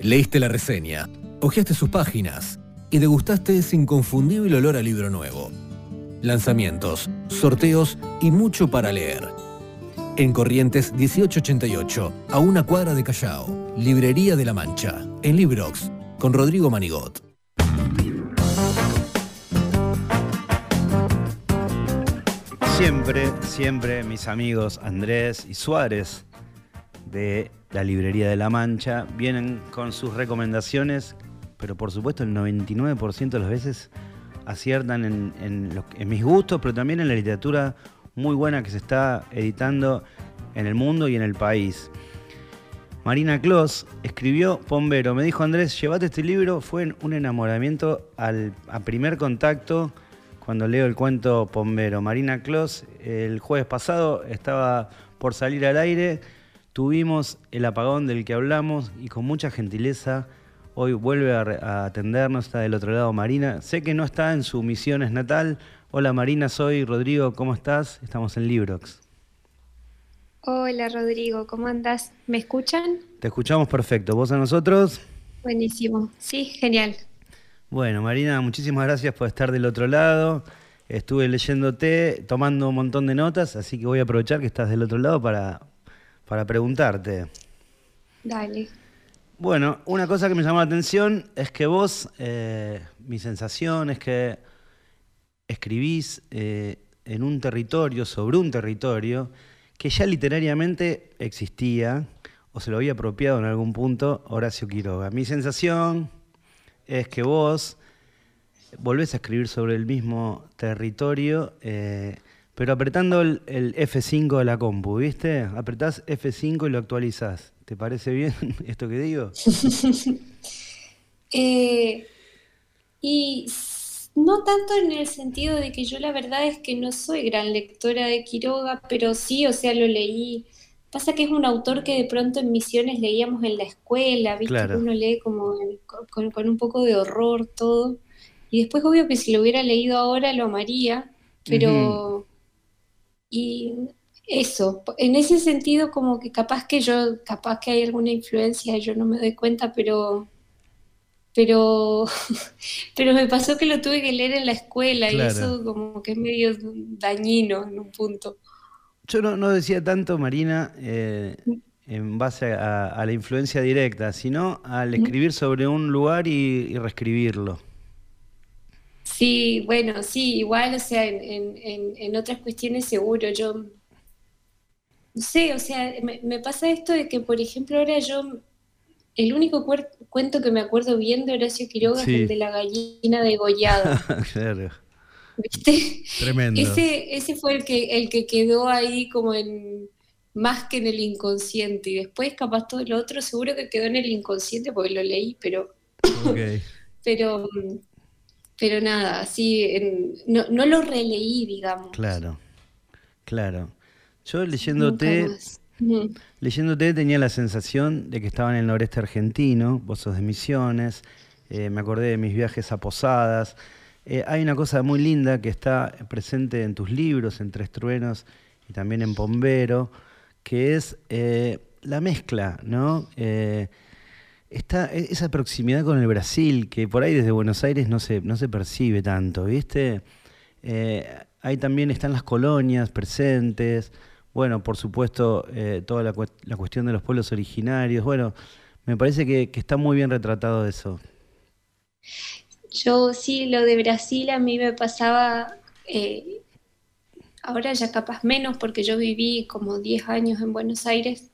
Leíste la reseña, hojeaste sus páginas y degustaste ese inconfundible olor a libro nuevo. Lanzamientos, sorteos y mucho para leer. En Corrientes 1888, a una cuadra de Callao, Librería de la Mancha, en Librox, con Rodrigo Manigot. Siempre mis amigos Andrés y Suárez de la Librería de la Mancha vienen con sus recomendaciones, pero por supuesto el 99% de las veces aciertan en mis gustos, pero también en la literatura muy buena que se está editando en el mundo y en el país. Marina Clos escribió Pombero. Me dijo: Andrés, llévate este libro. Fue un enamoramiento a primer contacto cuando leo el cuento Pombero. Marina Clos, el jueves pasado estaba por salir al aire, tuvimos el apagón del que hablamos y con mucha gentileza hoy vuelve a atendernos. Está del otro lado Marina. Sé que no está en su Misiones natal. Hola Marina, soy Rodrigo, ¿cómo estás? Estamos en Librox. Hola Rodrigo, ¿cómo andás? ¿Me escuchan? Te escuchamos perfecto. ¿Vos a nosotros? Buenísimo, sí, genial. Bueno, Marina, muchísimas gracias por estar del otro lado. Estuve leyéndote, tomando un montón de notas, así que voy a aprovechar que estás del otro lado para preguntarte. Dale. Bueno, una cosa que me llamó la atención es que vos, mi sensación es que escribís en un territorio, sobre un territorio, que ya literariamente existía o se lo había apropiado en algún punto Horacio Quiroga. Mi sensación es que vos volvés a escribir sobre el mismo territorio, pero apretando el F5 de la compu, ¿viste? Apretás F5 y lo actualizás. ¿Te parece bien esto que digo? Y no tanto en el sentido de que yo la verdad es que no soy gran lectora de Quiroga, pero sí, o sea, lo leí. Pasa que es un autor que de pronto en Misiones leíamos en la escuela, ¿viste? Claro. Que uno lee como con un poco de horror todo. Y después, obvio que si lo hubiera leído ahora lo amaría, pero... Y eso, en ese sentido como que capaz que hay alguna influencia, yo no me doy cuenta, pero pero me pasó que lo tuve que leer en la escuela y Claro. eso como que es medio dañino en un punto. Yo no decía tanto, Marina, en base a la influencia directa, sino al escribir sobre un lugar y reescribirlo. Sí, bueno, sí, igual, o sea, en otras cuestiones seguro, yo no sé, o sea, me pasa esto de que, por ejemplo, ahora el único cuento que me acuerdo bien de Horacio Quiroga es el de la gallina degollada. Claro. ¿Viste? Tremendo. Ese fue el que quedó ahí como más que en el inconsciente. Y después capaz todo lo otro seguro que quedó en el inconsciente porque lo leí, pero Okay. pero nada, así no lo releí, digamos. Claro. Yo Nunca más. leyéndote tenía la sensación de que estaba en el noreste argentino. Vos sos de Misiones. Me acordé de mis viajes a Posadas. Hay una cosa muy linda que está presente en tus libros, en Tres Truenos y también en Pombero, que es la mezcla, ¿no? Esa proximidad con el Brasil, que por ahí desde Buenos Aires no se percibe tanto, ¿viste? Ahí también están las colonias presentes, bueno, por supuesto, toda la cuestión de los pueblos originarios. Bueno, me parece que está muy bien retratado eso. Yo sí, lo de Brasil a mí me pasaba, ahora ya capaz menos porque yo viví como 10 años en Buenos Aires,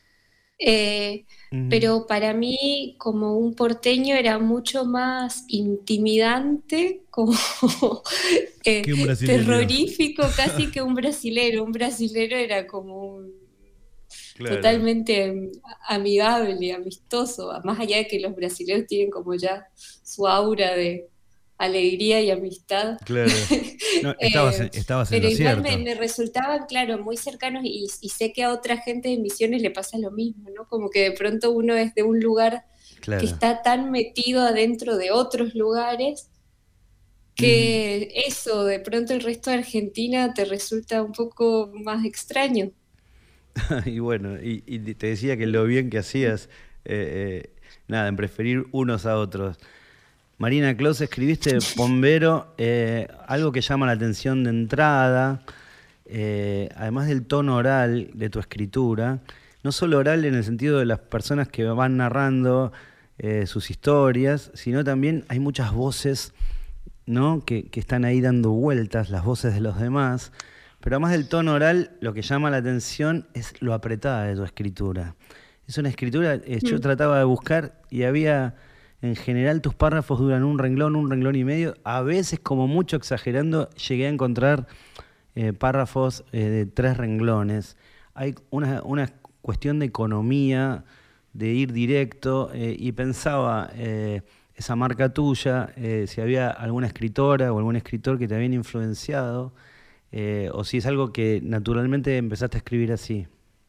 pero para mí como un porteño era mucho más intimidante, como Que un brasileño. terrorífico casi que un brasilero. Un brasilero era como Claro. totalmente amigable, amistoso, más allá de que los brasileños tienen como ya su aura de alegría y amistad. Claro. No, estabas en Pero lo igual cierto. me resultaban, claro, muy cercanos y sé que a otra gente de Misiones le pasa lo mismo, ¿no? Como que de pronto uno es de un lugar Claro. que está tan metido adentro de otros lugares que eso, de pronto el resto de Argentina te resulta un poco más extraño. Y bueno, y te decía que lo bien que hacías nada, en preferir unos a otros. Marina Clos, escribiste Bombero, algo que llama la atención de entrada, además del tono oral de tu escritura, no solo oral en el sentido de las personas que van narrando sus historias, sino también hay muchas voces, ¿no? que están ahí dando vueltas, las voces de los demás, pero además del tono oral, lo que llama la atención es lo apretada de tu escritura. Es una escritura, yo trataba de buscar y había... En general tus párrafos duran un renglón y medio. A veces, como mucho exagerando, llegué a encontrar párrafos de 3 renglones. Hay una cuestión de economía, de ir directo, y pensaba esa marca tuya, si había alguna escritora o algún escritor que te habían influenciado, o si es algo que naturalmente empezaste a escribir así.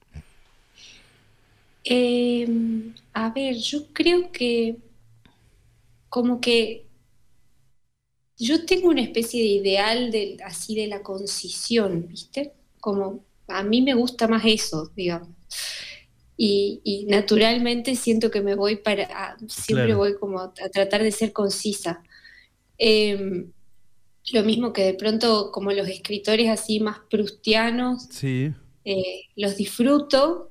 A ver, yo creo que como que yo tengo una especie de ideal así de la concisión, ¿viste? Como a mí me gusta más eso, digamos. Y naturalmente siento que me voy siempre Claro. voy como a tratar de ser concisa. Lo mismo que de pronto como los escritores así más proustianos, Sí. los disfruto,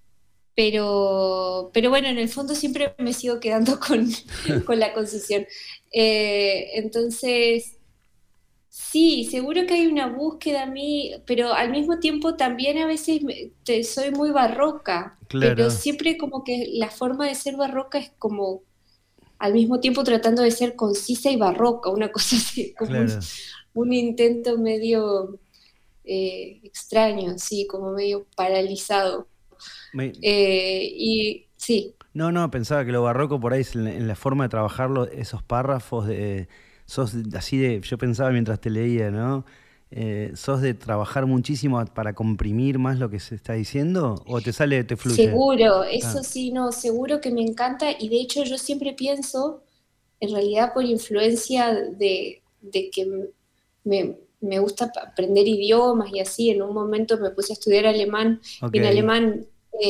pero bueno, en el fondo siempre me sigo quedando con la concisión. Entonces, sí, seguro que hay una búsqueda a mí, pero al mismo tiempo también a veces soy muy barroca, pero Claro, siempre como que la forma de ser barroca es como al mismo tiempo tratando de ser concisa y barroca, una cosa así, como claro. un intento medio extraño, sí, como medio paralizado. Me- Y sí, No, pensaba que lo barroco por ahí es en la forma de trabajarlo, esos párrafos, sos así de, yo pensaba mientras te leía, ¿no? ¿Sos de trabajar muchísimo para comprimir más lo que se está diciendo? ¿O te sale, te fluye? seguro, Ah, eso sí, no, seguro que me encanta y de hecho yo siempre pienso, en realidad por influencia de que me gusta aprender idiomas y así, en un momento me puse a estudiar alemán y en ok, alemán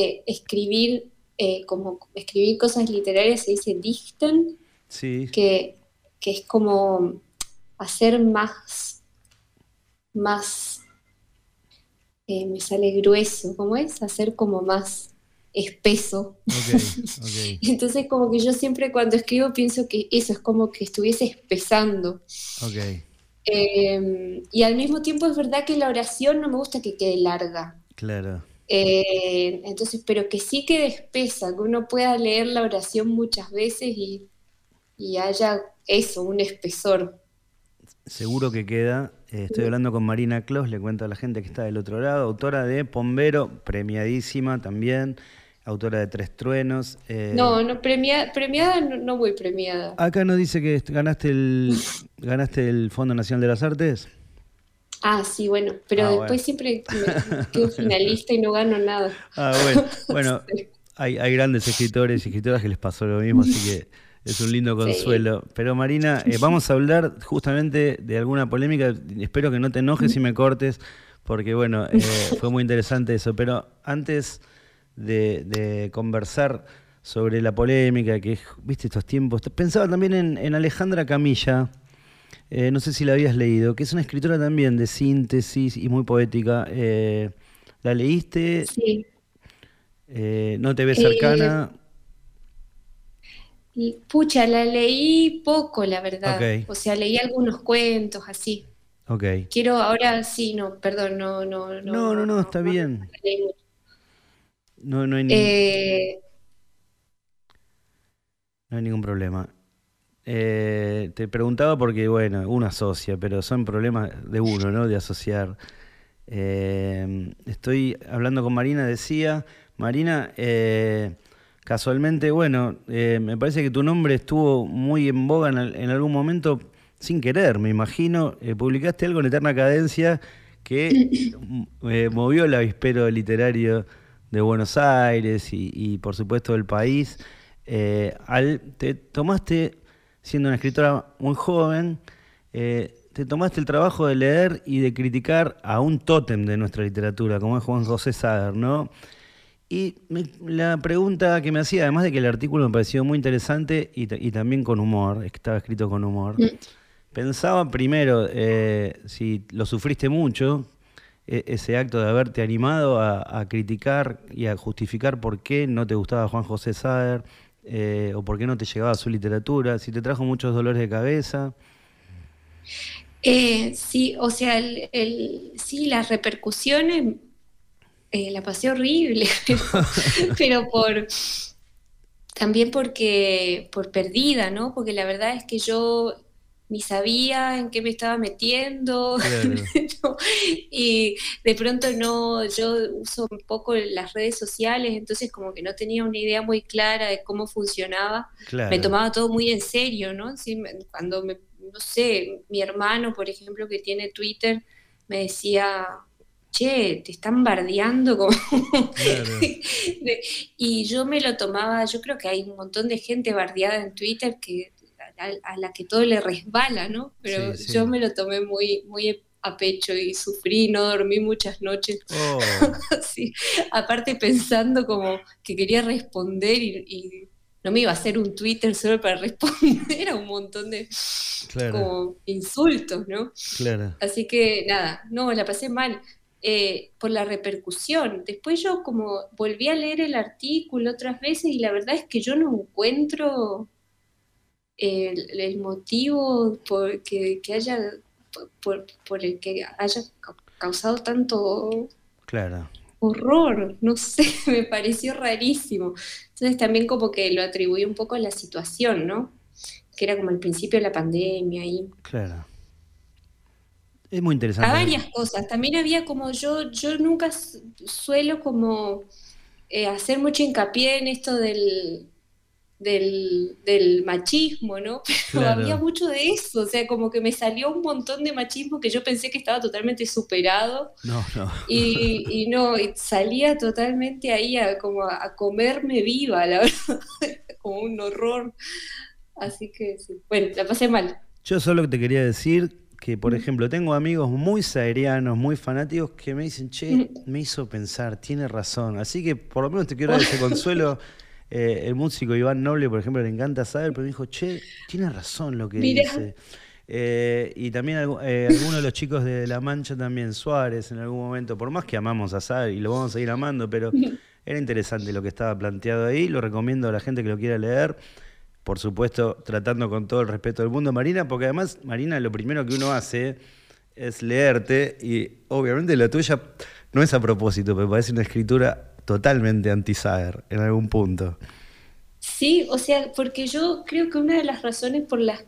como escribir cosas literarias se dice dichten, sí, que, que es como hacer más me sale grueso, ¿cómo es? Hacer como más espeso. ok, ok, Entonces como que yo siempre cuando escribo pienso que eso es como que estuviese espesando. ok, Y al mismo tiempo es verdad que la oración no me gusta que quede larga. claro. Entonces, pero que sí quede espesa, que uno pueda leer la oración muchas veces y haya eso, un espesor. Seguro que queda. Estoy hablando con Marina Clos, le cuento a la gente que está del otro lado, autora de Bombero, premiadísima también, autora de Tres Truenos. No, no, premiada no, no voy premiada. Acá nos dice que ganaste el Fondo Nacional de las Artes. Ah, sí, bueno, pero Ah, bueno. después siempre me quedo finalista y no gano nada. Ah, bueno. Bueno, hay grandes escritores y escritoras que les pasó lo mismo, así que es un lindo Sí. consuelo. Pero Marina, vamos a hablar justamente de alguna polémica. Espero que no te enojes y me cortes, porque bueno, fue muy interesante eso. Pero antes de conversar sobre la polémica, que viste estos tiempos, pensaba también en Alejandra Camilla. No sé si la habías leído, que es una escritora también de síntesis y muy poética. ¿La leíste? Sí. ¿No te ves Eh, cercana? Pucha, la leí poco, la Ok, verdad. O sea, leí algunos cuentos así. ok. Quiero ahora sí, no, perdón, No, está no bien. la leí mucho. No hay Eh, no hay ningún problema. Te preguntaba porque, bueno, uno asocia, pero son problemas de uno, ¿no? De asociar. Estoy hablando con Marina, decía. Marina, casualmente, bueno, me parece que tu nombre estuvo muy en boga en algún momento, sin querer, me imagino. Publicaste algo en Eterna Cadencia que movió el avispero literario de Buenos Aires y, por supuesto, del país. Te tomaste, siendo una escritora muy joven, te tomaste el trabajo de leer y de criticar a un tótem de nuestra literatura, como es Juan José Sager, ¿no? Y la pregunta que me hacía, además de que el artículo me pareció muy interesante y también con humor, estaba escrito con humor, pensaba primero si lo sufriste mucho, ese acto de haberte animado a criticar y a justificar por qué no te gustaba Juan José Saer, o por qué no te llegaba su literatura, si te trajo muchos dolores de cabeza. Sí, o sea, sí, las repercusiones la pasé horrible, pero también por perdida, ¿no? Porque la verdad es que yo ni sabía en qué me estaba metiendo, Claro, ¿no? Y de pronto no, yo uso un poco las redes sociales, entonces como que no tenía una idea muy clara de cómo funcionaba, me claro. tomaba todo muy en serio, ¿no? Sí, no sé, mi hermano, por ejemplo, que tiene Twitter, me decía, che, te están bardeando como... Claro. Y yo me lo tomaba, yo creo que hay un montón de gente bardeada en Twitter que a la que todo le resbala, ¿no? Sí, Pero yo sí. me lo tomé muy, muy a pecho y sufrí, no dormí muchas noches. Oh, Sí. Aparte pensando como que quería responder y no me iba a hacer un Twitter solo para responder a un montón de claro, como insultos, ¿no? claro. Así que nada, no, la pasé mal por la repercusión. Después yo como volví a leer el artículo otras veces y la verdad es que yo no encuentro el motivo que haya, por el que haya causado tanto Claro. horror, no sé, me pareció rarísimo. Entonces también como que lo atribuí un poco a la situación, ¿no? Que era como el principio de la pandemia y Claro. Es muy a interesante. varias cosas. También había como yo nunca suelo como hacer mucho hincapié en esto del machismo, ¿no? Pero había Claro. mucho de eso, o sea, como que me salió un montón de machismo que yo pensé que estaba totalmente superado No, no. y no, y salía totalmente ahí como a comerme viva, la verdad, como un horror. Así que sí, bueno, la pasé mal. Yo solo te quería decir que, por ejemplo, tengo amigos muy saerianos, muy fanáticos, que me dicen, che, me hizo pensar, tiene razón. Así que por lo menos te quiero dar ese consuelo. El músico Iván Noble, por ejemplo, le encanta saber, pero me dijo, che, tiene razón lo que Mira, dice. Y también algunos de los chicos de La Mancha también, Suárez en algún momento, por más que amamos a Saer y lo vamos a seguir amando, pero era interesante lo que estaba planteado ahí, lo recomiendo a la gente que lo quiera leer. Por supuesto, tratando con todo el respeto del mundo, Marina, porque además, Marina, lo primero que uno hace es leerte y obviamente la tuya no es a propósito, me parece una escritura totalmente anti-Saer en algún punto. sí, o sea, porque yo creo que una de las razones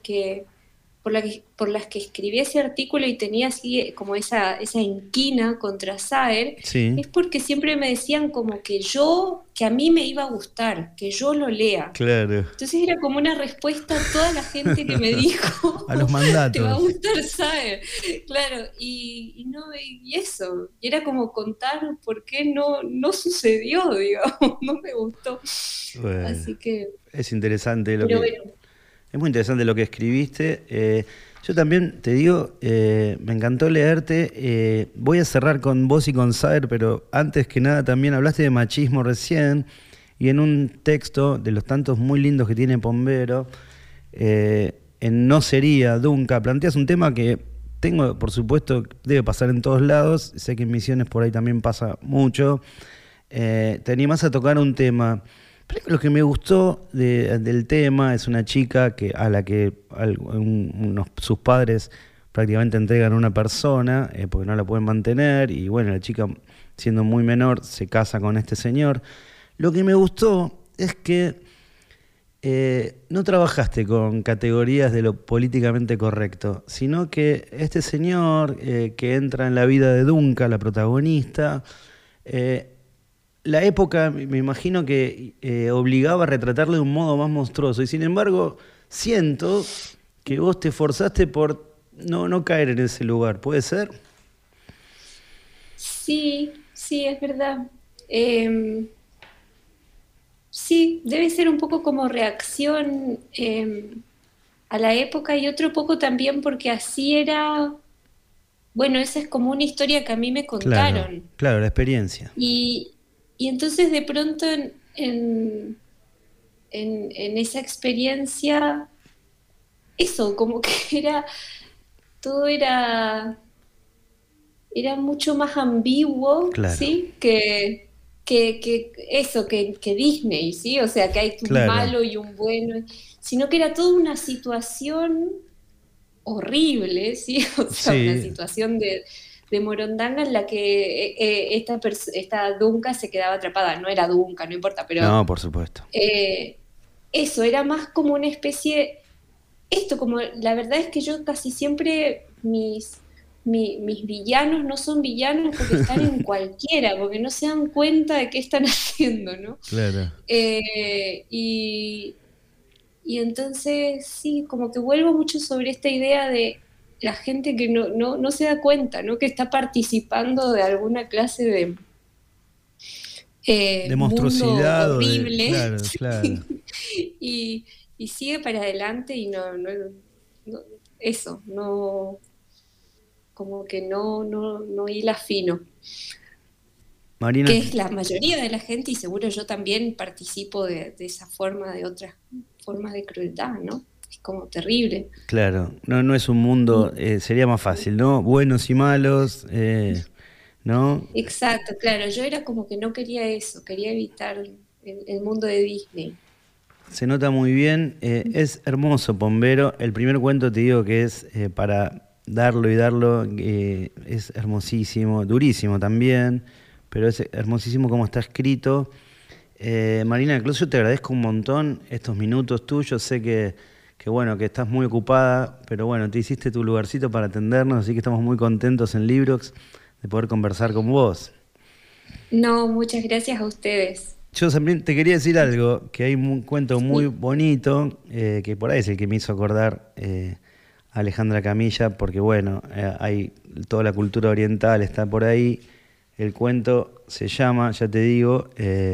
por las que escribí ese artículo y tenía así como esa inquina contra Saer, Sí, es porque siempre me decían como que a mí me iba a gustar, que yo lo lea. claro. Entonces era como una respuesta a toda la gente que me dijo, A los te va a mandatos. gustar Saer. Claro, y no, y eso, y era como contar por qué no sucedió, digamos, no me gustó. Bueno, Así que, es interesante lo pero que, bueno. es muy interesante lo que escribiste. Yo también te digo, me encantó leerte. Voy a cerrar con vos y con Saer, pero antes que nada también hablaste de machismo recién y en un texto de los tantos muy lindos que tiene Pombero, en No sería, Dunca, planteas un tema que tengo, por supuesto, debe pasar en todos lados. Sé que en Misiones por ahí también pasa mucho. Te animás a tocar un tema. Pero lo que me gustó del tema es una chica a la que sus padres prácticamente entregan a una persona porque no la pueden mantener y bueno, la chica siendo muy menor se casa con este señor. Lo que me gustó es que no trabajaste con categorías de lo políticamente correcto, sino que este señor que entra en la vida de Dunca, la protagonista, eh, la época me imagino que obligaba a retratarle de un modo más monstruoso y sin embargo siento que vos te esforzaste por no caer en ese lugar, ¿puede ser? Sí, sí, es verdad. Em, sí, debe ser un poco como reacción a la época y otro poco también porque así era, bueno, esa es como una historia que a mí me Claro, contaron claro, la experiencia. y, y entonces de pronto en esa experiencia, eso, como que todo era mucho más ambiguo, Claro, ¿sí? Que Disney, ¿sí? O sea, que hay un claro, malo y un bueno, sino que era toda una situación horrible, ¿sí? O sea, una sí, situación de morondanga en la que esta Dunca se quedaba atrapada. No era Dunca, no importa, pero no, por supuesto. eh, eso era más como una especie, esto como, la verdad es que yo casi siempre mis villanos no son villanos porque están en cualquiera, porque no se dan cuenta de qué están haciendo, ¿no? Claro. Eh, y, y entonces, sí, como que vuelvo mucho sobre esta idea de la gente que no se da cuenta, ¿no? Que está participando de alguna clase de De mundo monstruosidad o de... horrible, Claro, claro. sí, y, y sigue para adelante y no- eso, no, como que no hila fino, Marina, que es la mayoría de la gente y seguro yo también participo de esa forma, de otras formas de crueldad, ¿no? Es como terrible. claro, no, no es un mundo, sería más fácil, ¿no? Buenos y malos, ¿no? Exacto, claro, yo era como que no quería eso, quería evitar el mundo de Disney. Se nota muy bien, es hermoso, Pombero. El primer cuento te digo que es para darlo y darlo, es hermosísimo, durísimo también, pero es hermosísimo como está escrito. Marina Clos, yo te agradezco un montón estos minutos tuyos, sé que bueno, que estás muy ocupada, pero bueno, te hiciste tu lugarcito para atendernos, así que estamos muy contentos en Librox de poder conversar con vos. No, muchas gracias a ustedes. Yo también te quería decir algo, que hay un cuento muy Sí. bonito, que por ahí es el que me hizo acordar a Alejandra Camilla, porque bueno, hay toda la cultura oriental está por ahí. El cuento se llama, ya te digo,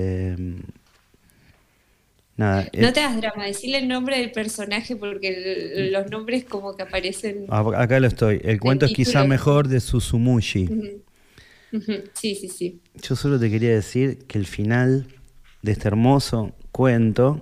nada, No te hagas drama, decirle el nombre del personaje porque los nombres como que aparecen acá lo estoy. El en el cuento es quizá título. mejor de Suzumushi. Ujú, ujú. Sí, sí, sí. Yo solo te quería decir que el final de este hermoso cuento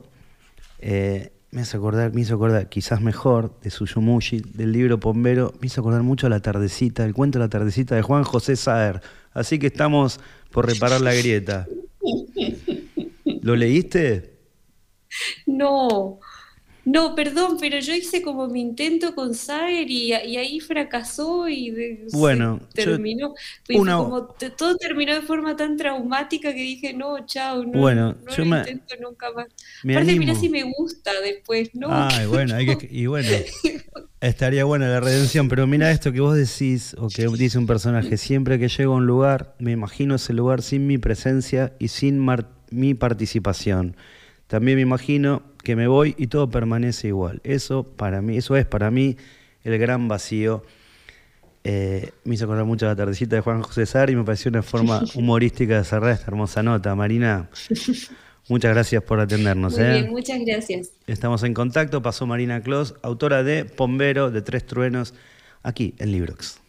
me hizo acordar quizás mejor de Suzumushi, del libro Pombero, me hizo acordar mucho a La Tardecita, el cuento La Tardecita de Juan José Saer. Así que estamos por reparar la grieta. ¿Lo leíste? No, no, perdón, pero yo hice como mi intento con Sager y ahí fracasó y se Bueno, yo terminó. Y fue una como todo terminó de forma tan traumática que dije, no, chao, bueno, no lo intento nunca más. me Aparte, mirá si animo. me gusta después, no. Ay, bueno, y bueno, estaría buena la redención, pero mira esto que vos decís, o que dice un personaje, siempre que llego a un lugar, me imagino ese lugar sin mi presencia y sin mi participación. También me imagino que me voy y todo permanece igual. Eso es para mí el gran vacío. Me hizo acordar mucho a La Tardecita de Juan José Sar y me pareció una forma humorística de cerrar esta hermosa nota. Marina, muchas gracias por atendernos, Muy ¿eh? bien, muchas gracias. Estamos en contacto, pasó Marina Clos, autora de Pombero, de Tres Truenos, aquí en Librox.